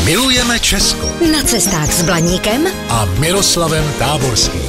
Milujeme Česko. Na cestách s Blaníkem a Miroslavem Táborským.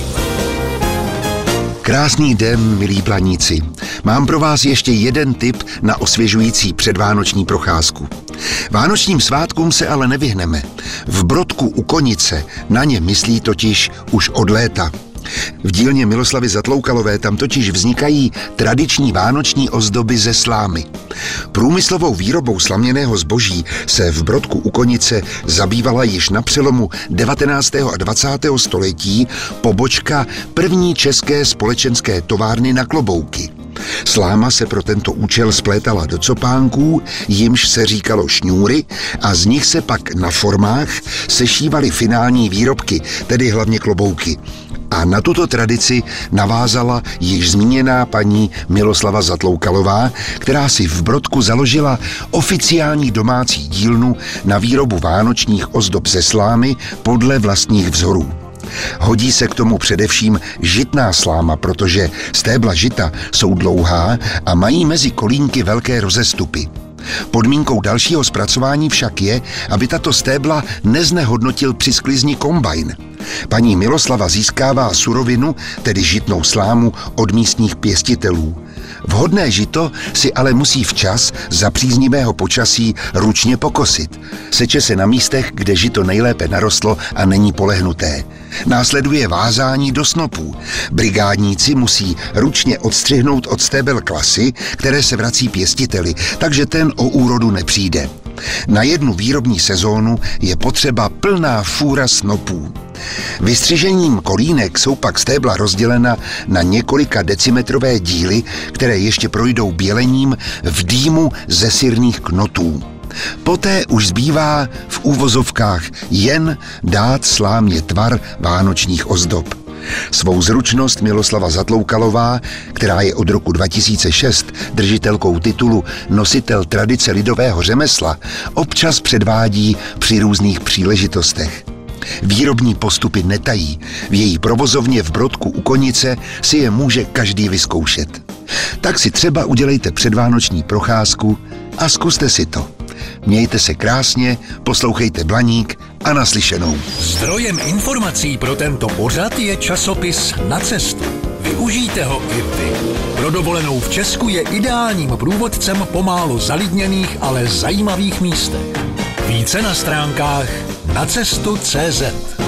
Krásný den, milí Blaníci. Mám pro vás ještě jeden tip na osvěžující předvánoční procházku. Vánočním svátkům se ale nevyhneme. V Brodku u Konice na ně myslí totiž už od léta. V dílně Miloslavy Zatloukalové tam totiž vznikají tradiční vánoční ozdoby ze slámy. Průmyslovou výrobou slaměného zboží se v Brodku u Konice zabývala již na přelomu 19. a 20. století pobočka první české společenské továrny na klobouky. Sláma se pro tento účel splétala do copánků, jimž se říkalo šňůry, a z nich se pak na formách sešívaly finální výrobky, tedy hlavně klobouky. A na tuto tradici navázala již zmíněná paní Miloslava Zatloukalová, která si v Brodku založila oficiální domácí dílnu na výrobu vánočních ozdob ze slámy podle vlastních vzorů. Hodí se k tomu především žitná sláma, protože stébla žita jsou dlouhá a mají mezi kolínky velké rozestupy. Podmínkou dalšího zpracování však je, aby tato stébla neznehodnotil při sklizni kombajn. Paní Miloslava získává surovinu, tedy žitnou slámu, od místních pěstitelů. Vhodné žito si ale musí včas za příznivého počasí ručně pokosit. Seče se na místech, kde žito nejlépe narostlo a není polehnuté. Následuje vázání do snopů. Brigádníci musí ručně odstřihnout od stébel klasy, které se vrací pěstiteli, takže ten o úrodu nepřijde. Na jednu výrobní sezónu je potřeba plná fůra snopů. Vystřižením kolínek jsou pak stébla rozdělena na několika decimetrové díly, které ještě projdou bělením v dýmu ze sirných knotů. Poté už zbývá v úvozovkách jen dát slámě tvar vánočních ozdob. Svou zručnost Miloslava Zatloukalová, která je od roku 2006 držitelkou titulu Nositel tradice lidového řemesla, občas předvádí při různých příležitostech. Výrobní postupy netají. V její provozovně v Brodku u Konice si je může každý vyzkoušet. Tak si třeba udělejte předvánoční procházku a zkuste si to. Mějte se krásně, poslouchejte Blaník a naslyšenou. Zdrojem informací pro tento pořad je časopis Na cestu. Využijte ho i vy. Pro dovolenou v Česku je ideálním průvodcem po málo zalidněných, ale zajímavých místech. Více na stránkách nacestu.cz.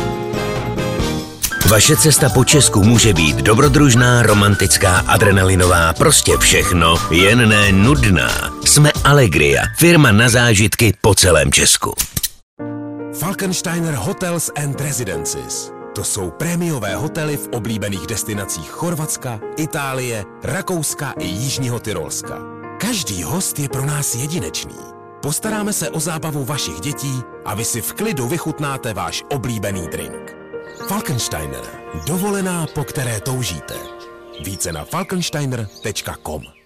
Vaše cesta po Česku může být dobrodružná, romantická, adrenalinová, prostě všechno, jen ne nudná. Jsme Allegria, firma na zážitky po celém Česku. Falkensteiner Hotels and Residences. To jsou prémiové hotely v oblíbených destinacích Chorvatska, Itálie, Rakouska i Jižního Tyrolska. Každý host je pro nás jedinečný. Postaráme se o zábavu vašich dětí a vy si v klidu vychutnáte váš oblíbený drink. Falkensteiner. Dovolená, po které toužíte. Více na falkensteiner.com.